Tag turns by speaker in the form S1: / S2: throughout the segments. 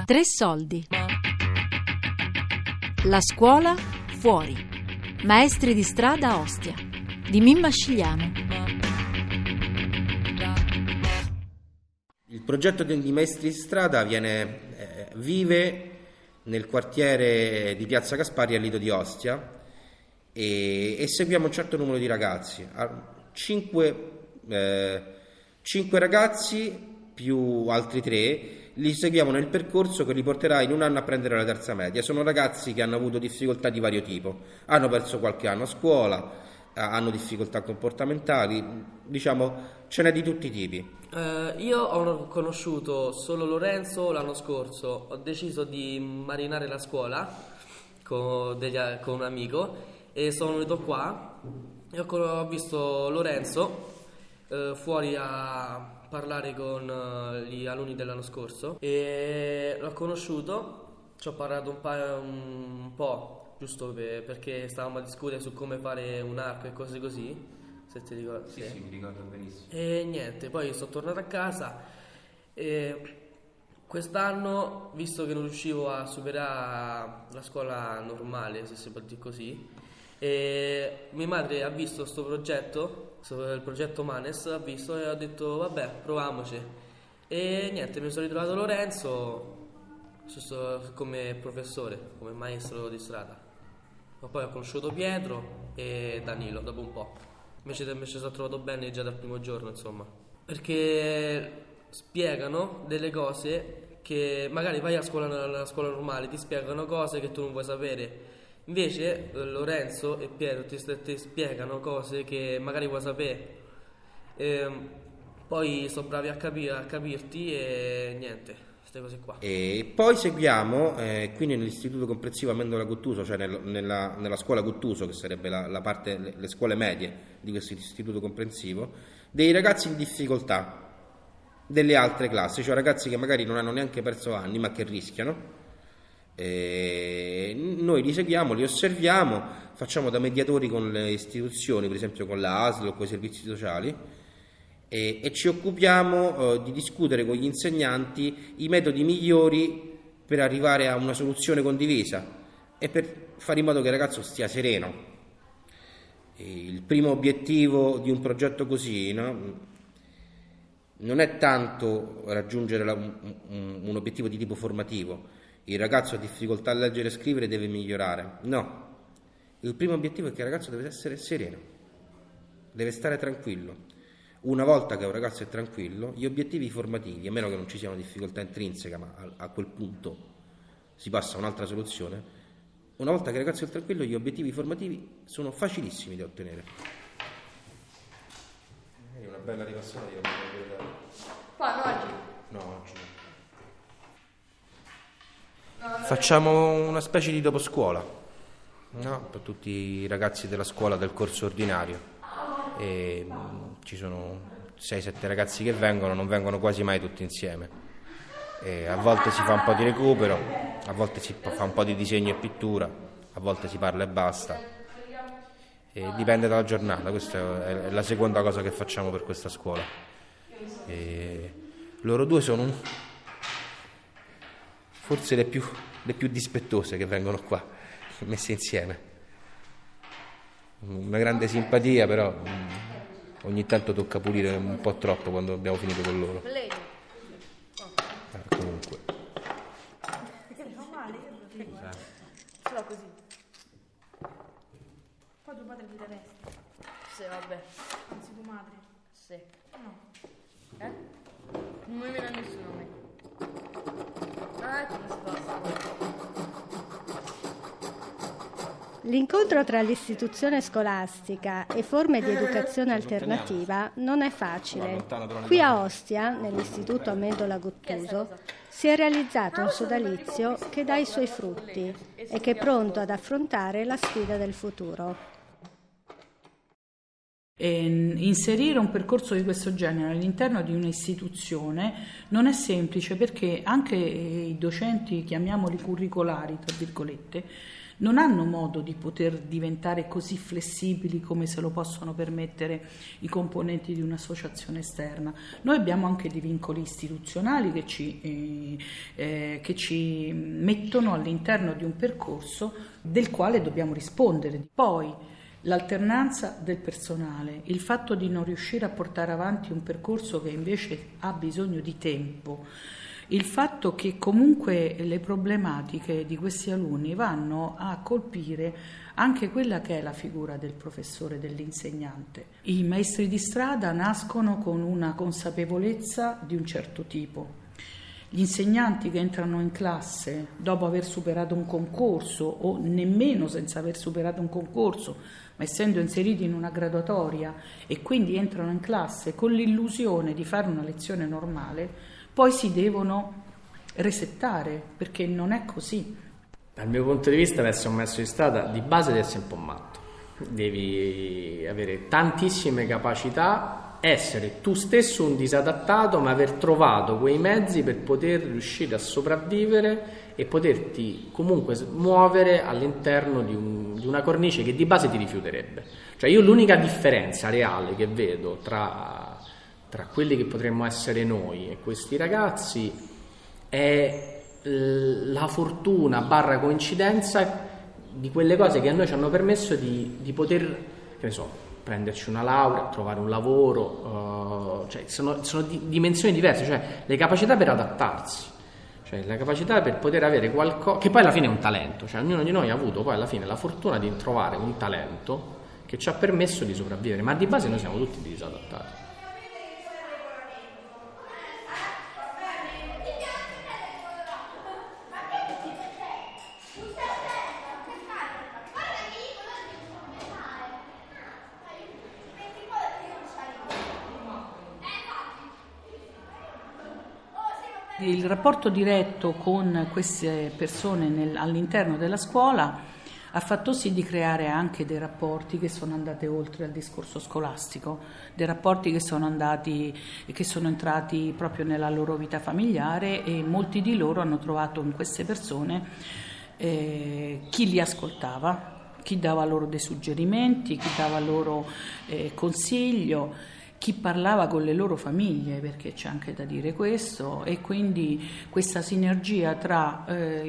S1: Tre soldi. La scuola fuori. Maestri di strada a Ostia di Mimma Scigliano.
S2: Il progetto di Maestri di strada vive nel quartiere di Piazza Gaspari a Lido di Ostia e seguiamo un certo numero di ragazzi, 5 ragazzi più altri 3. Li seguiamo nel percorso che li porterà in un anno a prendere la terza media. Sono ragazzi che hanno avuto difficoltà di vario tipo, hanno perso qualche anno a scuola, hanno difficoltà comportamentali, diciamo ce n'è di tutti i tipi.
S3: Io ho conosciuto solo Lorenzo l'anno scorso. Ho deciso di marinare la scuola con un amico e sono venuto qua e ho visto Lorenzo fuori a parlare con gli alunni dell'anno scorso e l'ho conosciuto, ci ho parlato un po' giusto perché stavamo a discutere su come fare un arco e cose così, se ti ricordi.
S2: Sì, mi ricordo benissimo.
S3: E niente, poi sono tornato a casa e quest'anno, visto che non riuscivo a superare la scuola normale, se si può dire così, e mia madre ha visto sto progetto, il progetto Manes, ha visto e ha detto vabbè, proviamoci. E niente, mi sono ritrovato Lorenzo come professore, come maestro di strada. Ma poi ho conosciuto Pietro e Danilo dopo un po'. Invece mi ci sono trovato bene già dal primo giorno, insomma, perché spiegano delle cose che magari vai nella scuola normale, ti spiegano cose che tu non vuoi sapere. Invece Lorenzo e Pietro ti spiegano cose che magari vuoi sapere, poi sono bravi a capirti e niente, queste cose qua.
S2: E poi seguiamo qui nell'istituto comprensivo Amendola Guttuso, cioè nella scuola Guttuso, che sarebbe la parte, le scuole medie di questo istituto comprensivo, dei ragazzi in difficoltà delle altre classi, cioè ragazzi che magari non hanno neanche perso anni ma che rischiano. Noi li seguiamo, li osserviamo, facciamo da mediatori con le istituzioni, per esempio con la ASL o con i servizi sociali, e ci occupiamo di discutere con gli insegnanti i metodi migliori per arrivare a una soluzione condivisa e per fare in modo che il ragazzo stia sereno. Il primo obiettivo di un progetto così, no? Non è tanto raggiungere un obiettivo di tipo formativo. Il ragazzo ha difficoltà a leggere e scrivere, deve migliorare. No, il primo obiettivo è che il ragazzo deve essere sereno, deve stare tranquillo. Una volta che un ragazzo è tranquillo, gli obiettivi formativi, a meno che non ci sia una difficoltà intrinseca, ma a quel punto si passa a un'altra soluzione, una volta che il ragazzo è tranquillo, gli obiettivi formativi sono facilissimi da ottenere. È una bella ripassata di
S4: Quando oggi?
S2: No, oggi no. Facciamo una specie di doposcuola, no? Per tutti i ragazzi della scuola del corso ordinario. E ci sono 6-7 ragazzi che non vengono quasi mai tutti insieme. E a volte si fa un po' di recupero, a volte si fa un po' di disegno e pittura, a volte si parla e basta. E dipende dalla giornata, questa è la seconda cosa che facciamo per questa scuola. E loro due sono forse le più dispettose che vengono qua, messe insieme. Una grande simpatia, però ogni tanto tocca pulire un po' troppo quando abbiamo finito con loro. Comunque.
S4: Fa male, ce l'ho così. Poi tuo padre ti resta.
S5: Sì, vabbè.
S4: Anzi, tua madre.
S5: Sì.
S4: No.
S5: Non mi viene a nessuno a me. Ah, come si fa?
S6: L'incontro tra l'istituzione scolastica e forme di educazione alternativa non è facile. Qui a Ostia, nell'istituto Amendola Guttuso, si è realizzato un sodalizio che dà i suoi frutti e che è pronto ad affrontare la sfida del futuro.
S7: Inserire un percorso di questo genere all'interno di un'istituzione non è semplice, perché anche i docenti, chiamiamoli curricolari tra virgolette, non hanno modo di poter diventare così flessibili come se lo possono permettere i componenti di un'associazione esterna. Noi abbiamo anche dei vincoli istituzionali che ci mettono all'interno di un percorso del quale dobbiamo rispondere. Poi l'alternanza del personale, il fatto di non riuscire a portare avanti un percorso che invece ha bisogno di tempo, il fatto che comunque le problematiche di questi alunni vanno a colpire anche quella che è la figura del professore, dell'insegnante. I maestri di strada nascono con una consapevolezza di un certo tipo. Gli insegnanti che entrano in classe dopo aver superato un concorso o nemmeno senza aver superato un concorso, ma essendo inseriti in una graduatoria e quindi entrano in classe con l'illusione di fare una lezione normale, poi si devono resettare, perché non è così.
S8: Dal mio punto di vista, per essere un maestro di strada, di base devi essere un po' matto. Devi avere tantissime capacità, essere tu stesso un disadattato, ma aver trovato quei mezzi per poter riuscire a sopravvivere e poterti comunque muovere all'interno di una cornice che di base ti rifiuterebbe. Cioè io l'unica differenza reale che vedo tra quelli che potremmo essere noi e questi ragazzi è la fortuna / coincidenza di quelle cose che a noi ci hanno permesso di poter, che ne so, prenderci una laurea, trovare un lavoro, cioè sono dimensioni diverse, cioè le capacità per adattarsi, cioè la capacità per poter avere qualcosa, che poi alla fine è un talento, cioè ognuno di noi ha avuto poi alla fine la fortuna di trovare un talento che ci ha permesso di sopravvivere, ma di base noi siamo tutti disadattati.
S7: Il rapporto diretto con queste persone all'interno della scuola ha fatto sì di creare anche dei rapporti che sono andati oltre al discorso scolastico, dei rapporti che sono entrati proprio nella loro vita familiare, e molti di loro hanno trovato in queste persone chi li ascoltava, chi dava loro dei suggerimenti, chi dava loro consiglio, chi parlava con le loro famiglie, perché c'è anche da dire questo, e quindi questa sinergia tra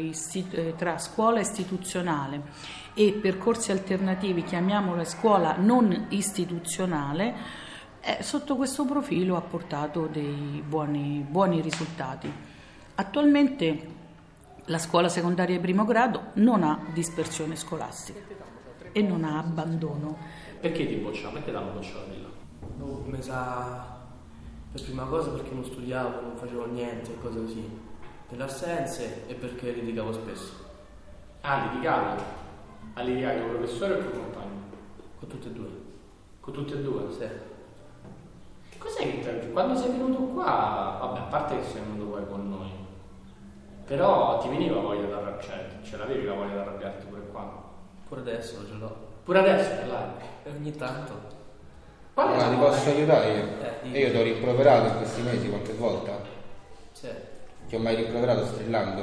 S7: scuola istituzionale e percorsi alternativi, chiamiamola scuola non istituzionale, sotto questo profilo ha portato dei buoni risultati. Attualmente la scuola secondaria di primo grado non ha dispersione scolastica e non ha abbandono.
S8: Perché ti bocciavano? Perché l'hanno bocciato di là?
S3: Mi sa, per prima cosa perché non studiavo, non facevo niente, cose così. Per le assenze e perché litigavo spesso.
S8: Ah, litigavi? A litigare con il professore o con i compagni?
S3: Con tutte e due.
S8: Con tutte e due?
S3: Sì.
S8: Cos'è che quando sei venuto qua, vabbè, a parte che sei venuto qua con noi, però ti veniva voglia di arrabbiarti, ce l'avevi la voglia di arrabbiarti pure qua?
S3: Pure adesso ce l'ho.
S8: Pure adesso ce l'hai?
S3: E ogni tanto.
S2: Ti posso aiutare io? Io ti ho rimproverato in questi mesi qualche volta?
S3: Sì.
S2: Ti ho mai rimproverato strillando?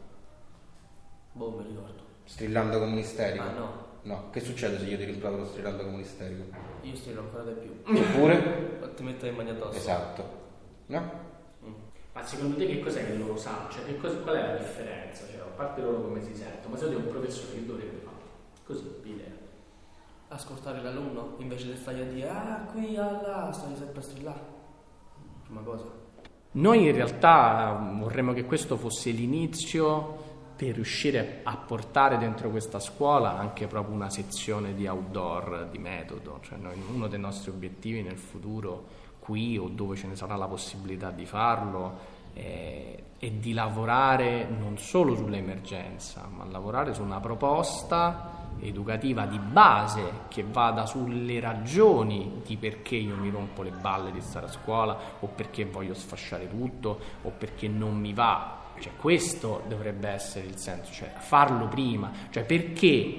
S3: Boh, mi ricordo.
S2: Strillando come un isterico?
S3: Ah, no.
S2: No, che succede se io ti rimprovero strillando come un isterico?
S3: Io strillo ancora di più.
S2: Oppure?
S3: Ti metto in mani addosso.
S2: Esatto. No?
S8: Ma secondo te che cos'è che loro sanno? Cioè, qual è la differenza? Cioè, a parte loro come si sentono, ma se io un professore che dovrebbe fare? Così, l'idea.
S3: Ascoltare l'alunno invece di stargli a dire qui, là, stai sempre a strillare. Prima cosa.
S8: Noi in realtà vorremmo che questo fosse l'inizio per riuscire a portare dentro questa scuola anche proprio una sezione di outdoor, di metodo. Cioè uno dei nostri obiettivi nel futuro, qui o dove ce ne sarà la possibilità di farlo, è di lavorare non solo sull'emergenza, ma lavorare su una proposta educativa di base che vada sulle ragioni di perché io mi rompo le balle di stare a scuola, o perché voglio sfasciare tutto, o perché non mi va. Cioè questo dovrebbe essere il senso, cioè farlo prima, cioè perché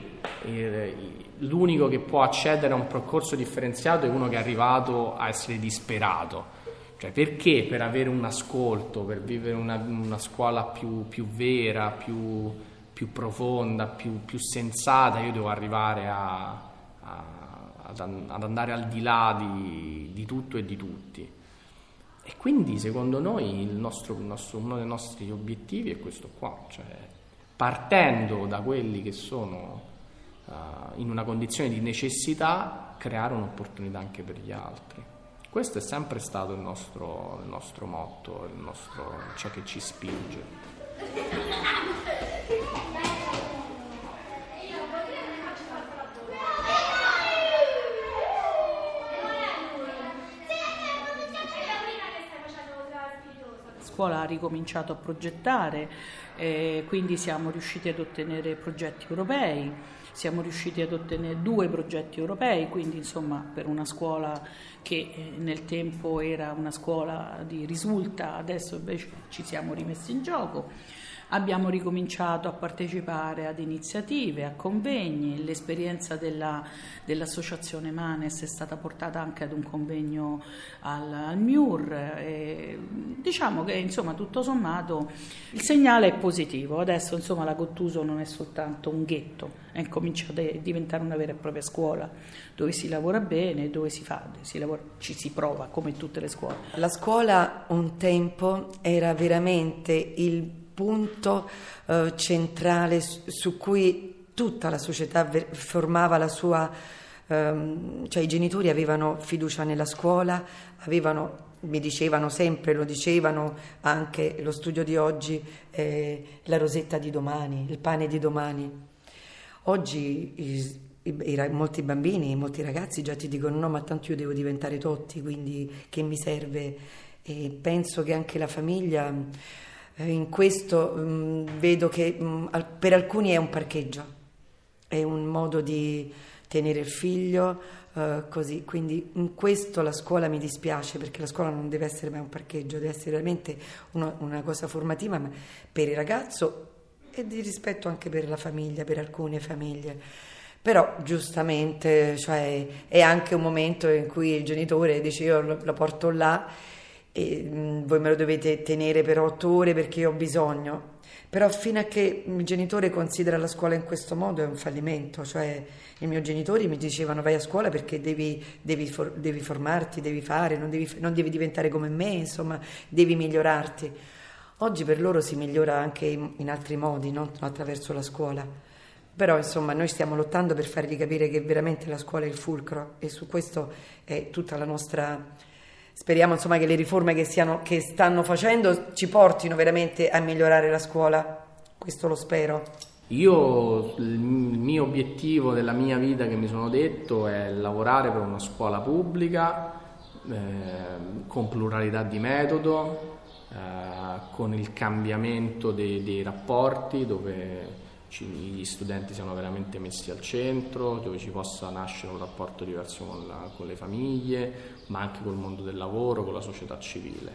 S8: l'unico che può accedere a un percorso differenziato è uno che è arrivato a essere disperato. Cioè perché per avere un ascolto, per vivere una scuola più vera, più più profonda, più sensata, io devo arrivare ad andare al di là di tutto e di tutti. E quindi secondo noi uno dei nostri obiettivi è questo qua, cioè partendo da quelli che sono in una condizione di necessità, creare un'opportunità anche per gli altri. Questo è sempre stato il nostro motto, ciò che ci spinge.
S7: La scuola ha ricominciato a progettare, quindi siamo riusciti ad ottenere progetti europei, siamo riusciti ad ottenere 2 progetti europei, quindi insomma per una scuola che nel tempo era una scuola di risulta, adesso invece ci siamo rimessi in gioco. Abbiamo ricominciato a partecipare ad iniziative, a convegni, l'esperienza dell'associazione Manes è stata portata anche ad un convegno al MIUR. Diciamo che insomma tutto sommato il segnale è positivo, adesso insomma la Gottuso non è soltanto un ghetto, è cominciata a diventare una vera e propria scuola dove si lavora bene, dove ci si prova come tutte le scuole.
S9: La scuola un tempo era veramente il punto centrale su cui tutta la società formava la sua, cioè i genitori avevano fiducia nella scuola, mi dicevano sempre, lo dicevano anche lo studio di oggi, la rosetta di domani, il pane di domani. Oggi molti bambini, molti ragazzi già ti dicono no, ma tanto io devo diventare Totti, quindi che mi serve? E penso che anche la famiglia in questo vedo che per alcuni è un parcheggio, è un modo di tenere il figlio così, quindi in questo la scuola mi dispiace, perché la scuola non deve essere mai un parcheggio, deve essere veramente una cosa formativa per il ragazzo e di rispetto anche per la famiglia, per alcune famiglie. Però giustamente, cioè, è anche un momento in cui il genitore dice io lo porto là e voi me lo dovete tenere per 8 ore perché io ho bisogno. Però fino a che il genitore considera la scuola in questo modo è un fallimento. Cioè i miei genitori mi dicevano vai a scuola perché devi formarti, devi fare, non devi diventare come me, insomma devi migliorarti. Oggi per loro si migliora anche in altri modi, non attraverso la scuola. Però insomma noi stiamo lottando per fargli capire che veramente la scuola è il fulcro, e su questo è tutta la nostra. Speriamo insomma che le riforme che stanno facendo ci portino veramente a migliorare la scuola, questo lo spero.
S8: Il mio obiettivo della mia vita che mi sono detto è lavorare per una scuola pubblica con pluralità di metodo, con il cambiamento dei rapporti, dove gli studenti siano veramente messi al centro, dove ci possa nascere un rapporto diverso con le famiglie, ma anche col mondo del lavoro, con la società civile.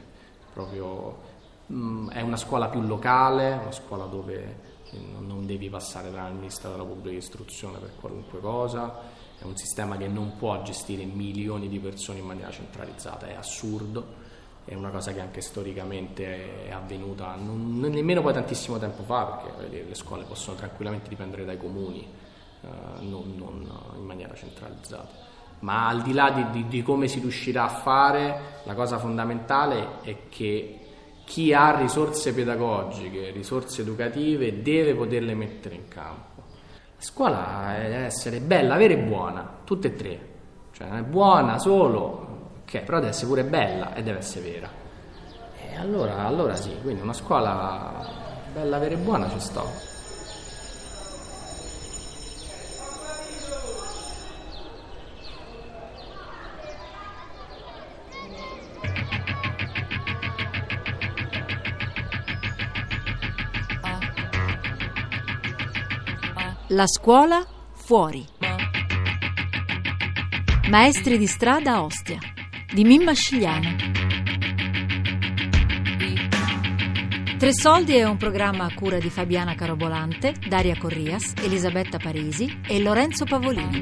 S8: È una scuola più locale, una scuola dove non devi passare dal Ministero della Pubblica Istruzione per qualunque cosa, è un sistema che non può gestire milioni di persone in maniera centralizzata, è assurdo. È una cosa che anche storicamente è avvenuta non nemmeno poi tantissimo tempo fa, perché le scuole possono tranquillamente dipendere dai comuni, non in maniera centralizzata. Ma al di là di come si riuscirà a fare, la cosa fondamentale è che chi ha risorse pedagogiche, risorse educative, deve poterle mettere in campo. La scuola deve essere bella, vera e buona, tutte e tre. Cioè non è buona solo, ok, però deve essere pure bella e deve essere vera. E allora sì, quindi una scuola bella, vera e buona ci sto.
S1: La scuola fuori. Maestri di strada a Ostia di Mimma Scigliano. Tre Soldi è un programma a cura di Fabiana Carobolante, Daria Corrias, Elisabetta Parisi e Lorenzo Pavolini.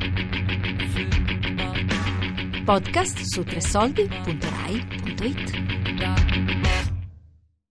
S1: Podcast su tresoldi.rai.it.